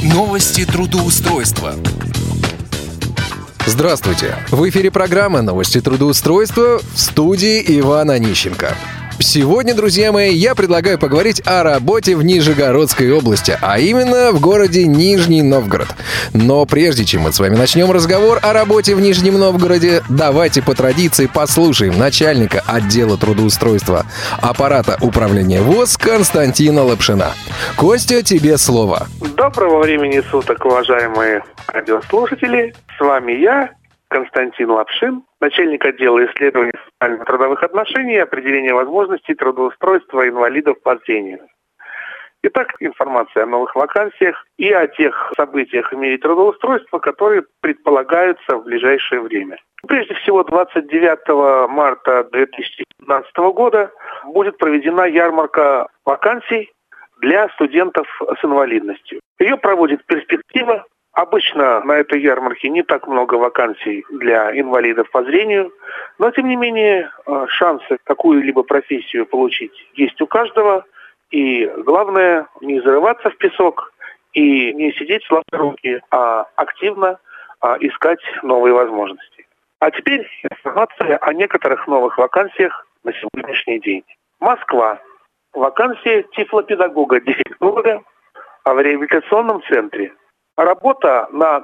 Новости трудоустройства. Здравствуйте! В эфире программа «Новости трудоустройства», в студии Иван Онищенко. Сегодня, друзья мои, я предлагаю поговорить о работе в Нижегородской области, а именно в городе Нижний Новгород. Но прежде чем мы с вами начнем разговор о работе в Нижнем Новгороде, давайте по традиции послушаем начальника отдела трудоустройства аппарата управления ВОС Константина Лапшина. Костя, тебе слово. Доброго времени суток, уважаемые радиослушатели. С вами я, Константин Лапшин, начальник отдела исследований социально-трудовых отношений и определения возможностей трудоустройства инвалидов по зрению. Итак, информация о новых вакансиях и о тех событиях в мире трудоустройства, которые предполагаются в ближайшее время. Прежде всего, 29 марта 2017 года будет проведена ярмарка вакансий для студентов с инвалидностью. Ее проводит «Перспектива». Обычно на этой ярмарке не так много вакансий для инвалидов по зрению, но, тем не менее, шансы какую-либо профессию получить есть у каждого. И главное, не зарываться в песок и не сидеть сложа руки, а активно искать новые возможности. А теперь информация о некоторых новых вакансиях на сегодняшний день. Москва. Вакансия тифлопедагога-дефектолога в реабилитационном центре. Работа на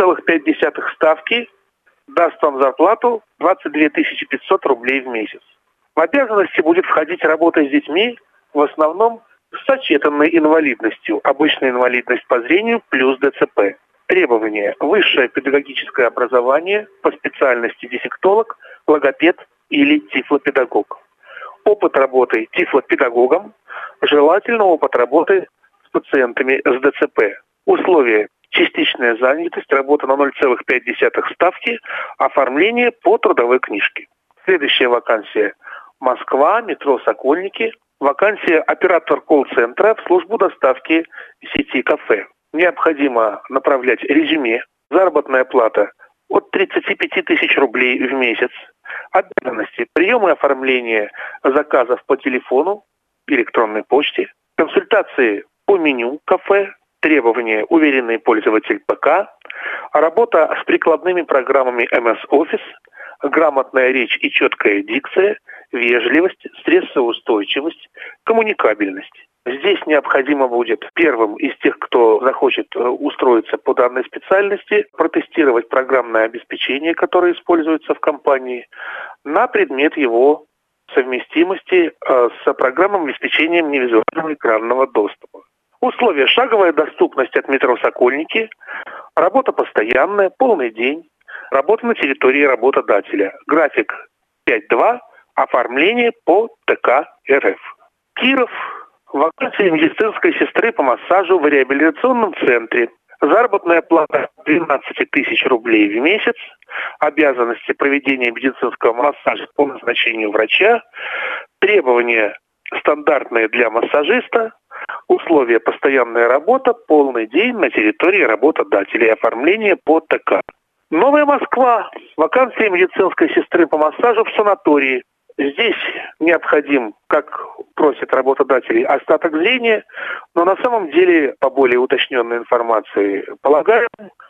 0,5 ставки даст вам зарплату 22 500 рублей в месяц. В обязанности будет входить работа с детьми, в основном с сочетанной инвалидностью, обычная инвалидность по зрению плюс ДЦП. Требования: высшее педагогическое образование по специальности дефектолог, логопед или тифлопедагог. Опыт работы тифлопедагогом, желательно опыт работы с пациентами с ДЦП. Условия: частичная занятость, работа на 0,5 ставки, оформление по трудовой книжке. Следующая вакансия. Москва, метро Сокольники. Вакансия оператор колл-центра в службу доставки сети кафе. Необходимо направлять резюме. Заработная плата от 35 тысяч рублей в месяц. Обязанности: прием и оформление заказов по телефону, электронной почте, консультации по меню кафе, требования: уверенный пользователь ПК, работа с прикладными программами MS Office, грамотная речь и четкая дикция, вежливость, стрессоустойчивость, коммуникабельность. Здесь необходимо будет первым из тех, кто захочет устроиться по данной специальности, протестировать программное обеспечение, которое используется в компании, на предмет его совместимости с программным обеспечением невизуального экранного доступа. Условия: шаговая доступность от метро Сокольники, работа постоянная, полный день, работа на территории работодателя, график 5-2, оформление по ТК РФ. Киров. Вакансия медицинской сестры по массажу в реабилитационном центре. Заработная плата 12 тысяч рублей в месяц. Обязанности: проведения медицинского массажа по назначению врача. Требования стандартные для массажиста. Условия: постоянная работа, полный день на территории работодателя, оформление по ТК. Новая Москва. Вакансия медицинской сестры по массажу в санатории. Здесь необходим, как просят работодатели, остаток зрения, но на самом деле, по более уточненной информации, полагаем,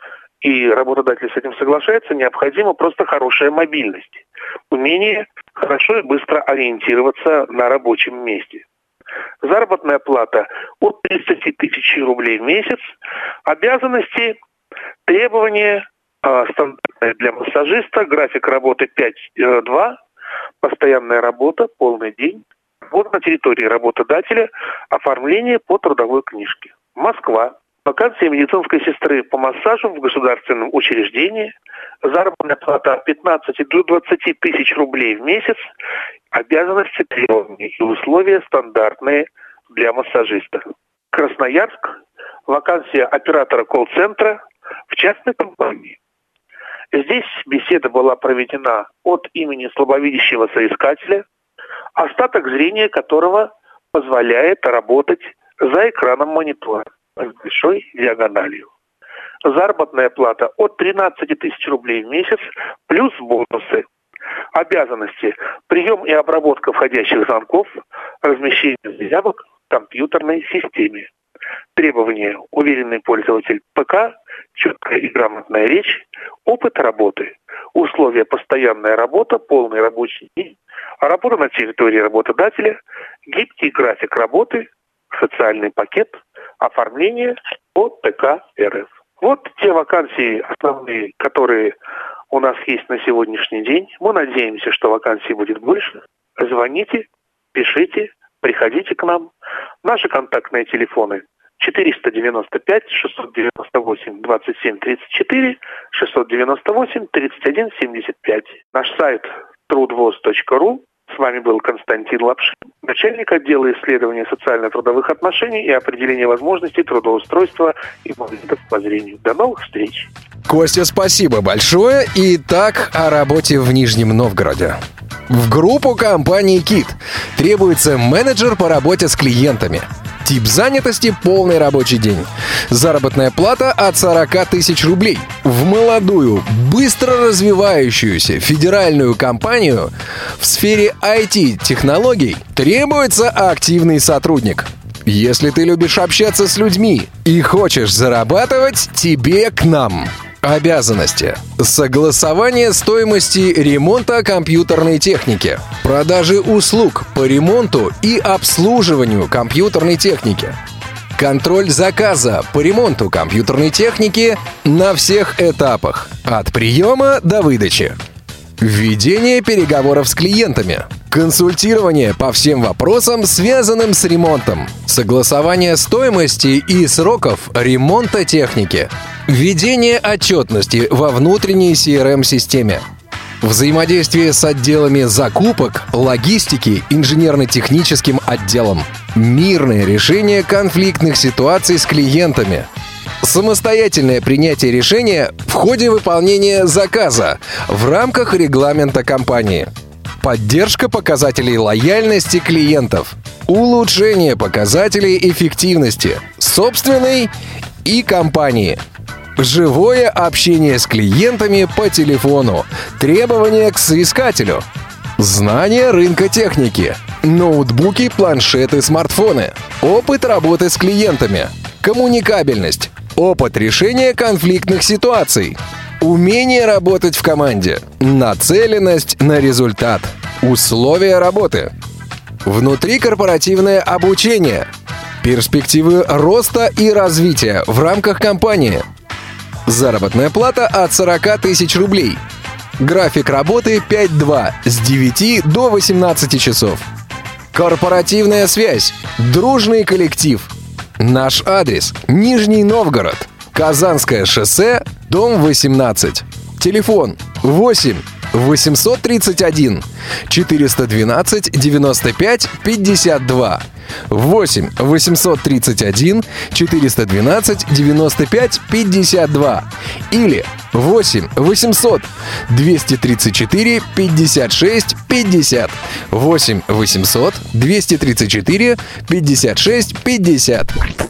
и работодатель с этим соглашается, необходима просто хорошая мобильность, умение хорошо и быстро ориентироваться на рабочем месте. Заработная плата от 30 тысяч рублей в месяц. Обязанности: требования стандартные для массажиста, график работы 5-2, постоянная работа, полный день, работа на территории работодателя, оформление по трудовой книжке. Москва. Вакансия медицинской сестры по массажу в государственном учреждении. Заработная плата от 15 до 20 тысяч рублей в месяц. Обязанности, требования и условия стандартные для массажиста. Красноярск. Вакансия оператора колл-центра в частной компании. Здесь беседа была проведена от имени слабовидящего соискателя, остаток зрения которого позволяет работать за экраном монитора с большой диагональю. Заработная плата от 13 тысяч рублей в месяц плюс бонусы. Обязанности: прием и обработка входящих звонков, размещение заявок в компьютерной системе. Требования: уверенный пользователь ПК, четкая и грамотная речь, опыт работы, условия: постоянная работа, полный рабочий день, работа на территории работодателя, гибкий график работы, социальный пакет, оформление от ТК РФ. Вот те вакансии основные, которые у нас есть на сегодняшний день. Мы надеемся, что вакансий будет больше. Звоните, пишите, приходите к нам. Наши контактные телефоны 495 698 27 34, 698 31 75. Наш сайт trudvoz.ru. С вами был Константин Лапшин, начальник отдела исследования социально-трудовых отношений и определения возможностей трудоустройства инвалидов по зрению. До новых встреч! Костя, спасибо большое. Итак, о работе в Нижнем Новгороде. В группу компании «Кит» требуется менеджер по работе с клиентами. Тип занятости – полный рабочий день. Заработная плата от 40 тысяч рублей. В молодую, быстро развивающуюся федеральную компанию в сфере IT-технологий требуется активный сотрудник. Если ты любишь общаться с людьми и хочешь зарабатывать, тебе к нам. Обязанности: согласование стоимости ремонта компьютерной техники, продажи услуг по ремонту и обслуживанию компьютерной техники, контроль заказа по ремонту компьютерной техники на всех этапах, от приема до выдачи, ведение переговоров с клиентами, консультирование по всем вопросам, связанным с ремонтом, согласование стоимости и сроков ремонта техники, ведение отчетности во внутренней CRM-системе, взаимодействие с отделами закупок, логистики, инженерно-техническим отделом, мирное решение конфликтных ситуаций с клиентами, самостоятельное принятие решения в ходе выполнения заказа в рамках регламента компании, поддержка показателей лояльности клиентов, улучшение показателей эффективности собственной и компании, живое общение с клиентами по телефону, требования к соискателю, знание рынка техники, ноутбуки, планшеты, смартфоны, опыт работы с клиентами, коммуникабельность, опыт решения конфликтных ситуаций, умение работать в команде, нацеленность на результат, условия работы, внутрикорпоративное обучение, перспективы роста и развития в рамках компании, заработная плата от 40 тысяч рублей, график работы 5-2 с 9 до 18 часов, корпоративная связь, дружный коллектив. Наш адрес: Нижний Новгород, Казанское шоссе, дом 18. Телефон 8 831 412 95 52. 8 831 412 95 52 или 8 800 234 56 50. 8 800 234 56 50.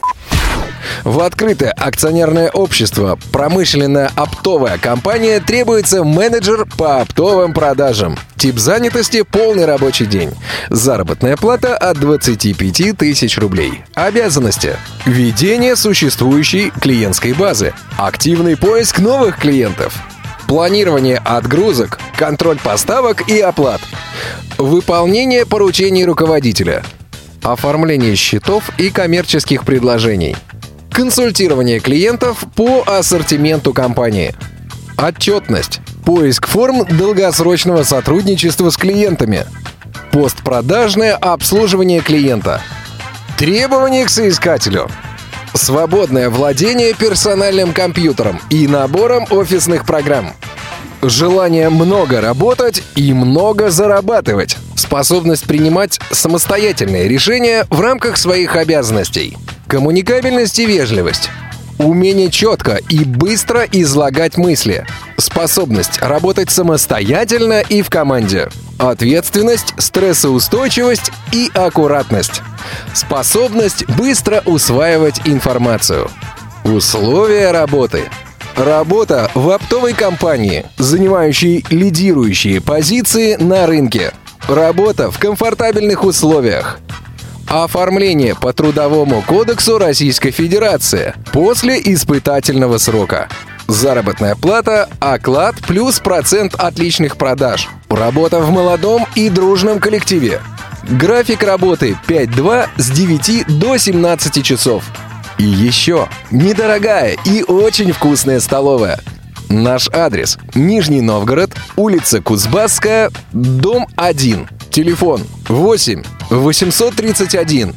В открытое акционерное общество «Промышленная оптовая компания» требуется менеджер по оптовым продажам. Тип занятости – полный рабочий день. Заработная плата от 25 тысяч рублей. Обязанности: ведение существующей клиентской базы, активный поиск новых клиентов, планирование отгрузок, контроль поставок и оплат, выполнение поручений руководителя, оформление счетов и коммерческих предложений, консультирование клиентов по ассортименту компании, отчетность, поиск форм долгосрочного сотрудничества с клиентами, постпродажное обслуживание клиента, требования к соискателю, свободное владение персональным компьютером и набором офисных программ, желание много работать и много зарабатывать, способность принимать самостоятельные решения в рамках своих обязанностей, коммуникабельность и вежливость, умение четко и быстро излагать мысли, способность работать самостоятельно и в команде, ответственность, стрессоустойчивость и аккуратность, способность быстро усваивать информацию, условия работы. Работа в оптовой компании, занимающей лидирующие позиции на рынке. Работа в комфортабельных условиях. Оформление по Трудовому кодексу Российской Федерации после испытательного срока. Заработная плата, оклад плюс процент от личных продаж. Работа в молодом и дружном коллективе. График работы 5-2 с 9 до 17 часов. И еще недорогая и очень вкусная столовая. Наш адрес: Нижний Новгород, улица Кузбасская, дом 1. Телефон 8 831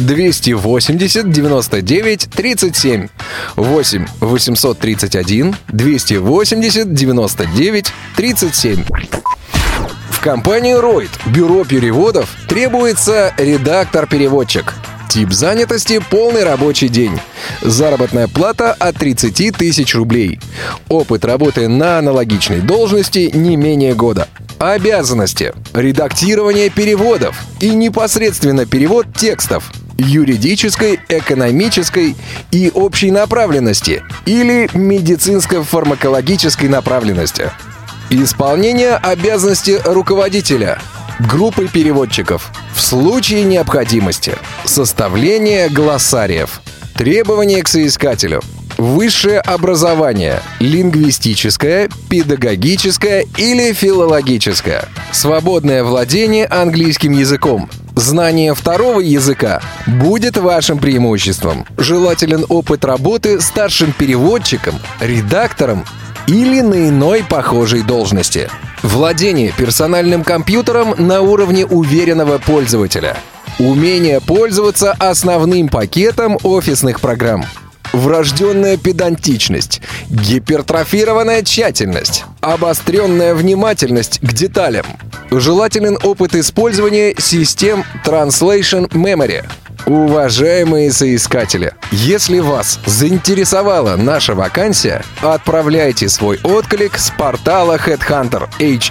280 99 37. 8 831 280 99 37. В компанию Ройд, бюро переводов, требуется редактор-переводчик. Тип занятости – полный рабочий день. Заработная плата от 30 тысяч рублей. Опыт работы на аналогичной должности не менее года. Обязанности: редактирование переводов и непосредственно перевод текстов юридической, экономической и общей направленности или медицинско-фармакологической направленности. Исполнение обязанностей руководителя группы переводчиков в случае необходимости. Составление глоссариев. Требования к соискателю: высшее образование – лингвистическое, педагогическое или филологическое. Свободное владение английским языком. Знание второго языка будет вашим преимуществом. Желателен опыт работы старшим переводчиком, редактором или на иной похожей должности. Владение персональным компьютером на уровне уверенного пользователя. Умение пользоваться основным пакетом офисных программ. Врожденная педантичность, гипертрофированная тщательность, обостренная внимательность к деталям. Желателен опыт использования систем Translation Memory. Уважаемые соискатели, если вас заинтересовала наша вакансия, отправляйте свой отклик с портала Headhunter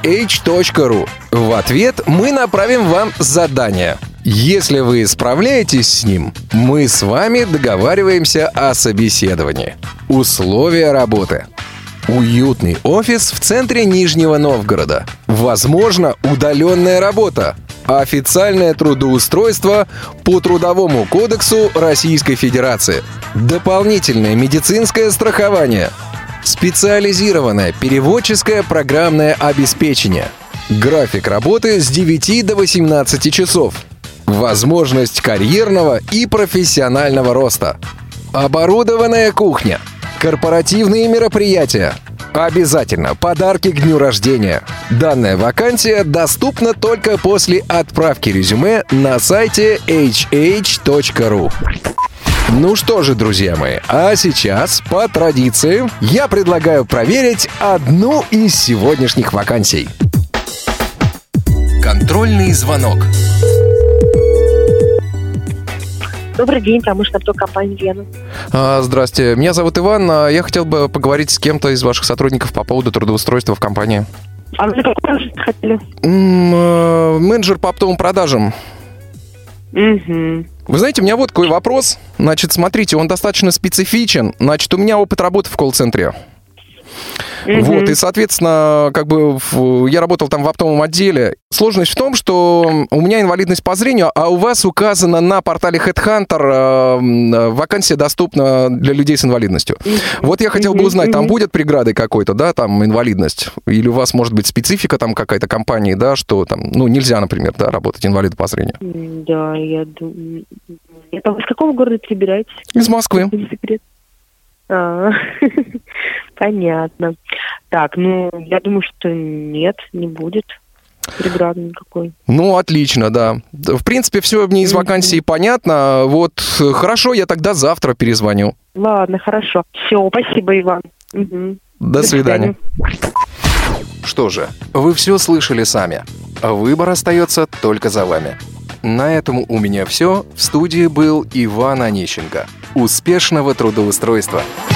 hh.ru. В ответ мы направим вам задание. Если вы справляетесь с ним, мы с вами договариваемся о собеседовании. Условия работы: уютный офис в центре Нижнего Новгорода. Возможно, удаленная работа. Официальное трудоустройство по Трудовому кодексу Российской Федерации. Дополнительное медицинское страхование. Специализированное переводческое программное обеспечение. График работы с 9 до 18 часов. Возможность карьерного и профессионального роста. Оборудованная кухня. Корпоративные мероприятия. Обязательно подарки к дню рождения. Данная вакансия доступна только после отправки резюме на сайте hh.ru. Ну что же, друзья мои, а сейчас, по традиции, я предлагаю проверить одну из сегодняшних вакансий. Контрольный звонок. Добрый день, промышленная компания «Вена». Здрасте, меня зовут Иван. Я хотел бы поговорить с кем-то из ваших сотрудников по поводу трудоустройства в компании. А вы какой должность хотели? Менеджер по оптовым продажам. Угу. Вы знаете, у меня вот такой вопрос. Значит, смотрите, он достаточно специфичен. Значит, у меня опыт работы в колл-центре. Вот, и, соответственно, как бы я работал там в оптовом отделе. Сложность в том, что у меня инвалидность по зрению, а у вас указано на портале Headhunter вакансия доступна для людей с инвалидностью. Вот я хотел бы узнать, там будет преградой какой-то, да, там инвалидность? Или у вас может быть специфика там какая-то компании, да, что там, ну, нельзя, например, да, работать инвалиду по зрению? Да, я думаю... Это вы из какого города прибираетесь? Из Москвы. Понятно. Так, ну, я думаю, что нет, не будет преграды никакой. Ну, отлично, да. В принципе, все мне из вакансии понятно. Вот, хорошо, я тогда завтра перезвоню. Ладно, хорошо. Все, спасибо, Иван. До свидания. Что же, вы все слышали сами. Выбор остается только за вами. На этом у меня все. В студии был Иван Онищенко. Успешного трудоустройства!